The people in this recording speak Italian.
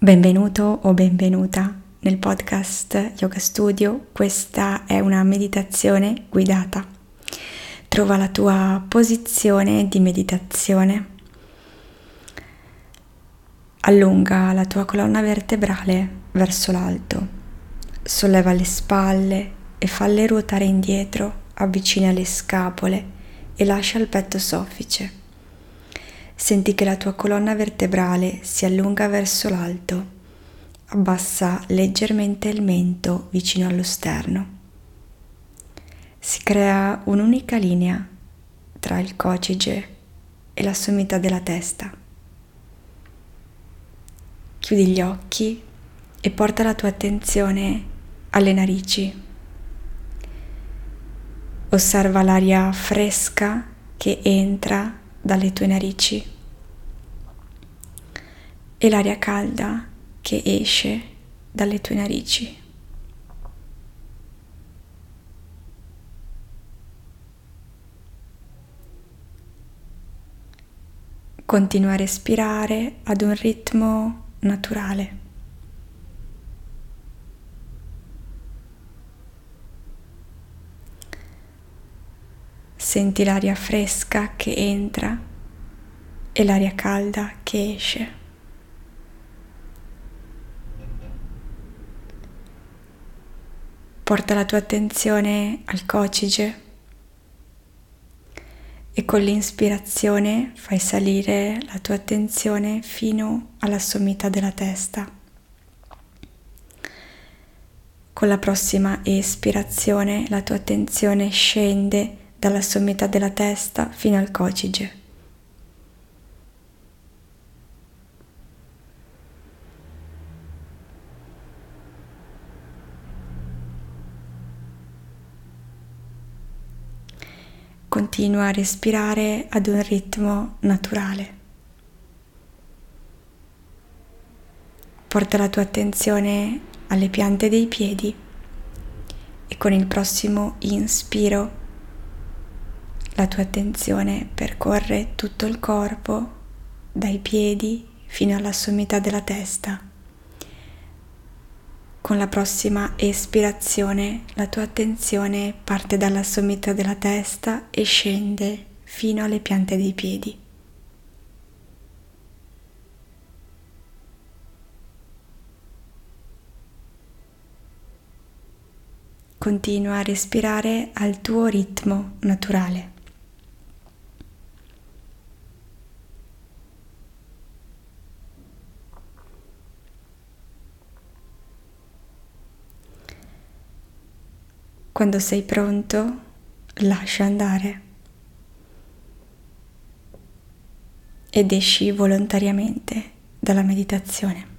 Benvenuto o benvenuta nel podcast Yoga Studio. Questa è una meditazione guidata. Trova la tua posizione di meditazione. Allunga la tua colonna vertebrale verso l'alto. Solleva le spalle e falle ruotare indietro, avvicina le scapole e lascia il petto soffice. Senti che la tua colonna vertebrale si allunga verso l'alto. Abbassa leggermente il mento vicino allo sterno. Si crea un'unica linea tra il cocige e la sommità della testa. Chiudi gli occhi e porta la tua attenzione alle narici. Osserva l'aria fresca che entra dalle tue narici e l'aria calda che esce dalle tue narici. Continua a respirare ad un ritmo naturale. Senti l'aria fresca che entra e l'aria calda che esce. Porta la tua attenzione al cocige e con l'inspirazione fai salire la tua attenzione fino alla sommità della testa. Con la prossima espirazione la tua attenzione scende dalla sommità della testa fino al cocige. Continua a respirare ad un ritmo naturale. Porta la tua attenzione alle piante dei piedi e con il prossimo inspiro la tua attenzione percorre tutto il corpo, dai piedi fino alla sommità della testa. Con la prossima espirazione la tua attenzione parte dalla sommità della testa e scende fino alle piante dei piedi. Continua a respirare al tuo ritmo naturale. Quando sei pronto, lascia andare ed esci volontariamente dalla meditazione.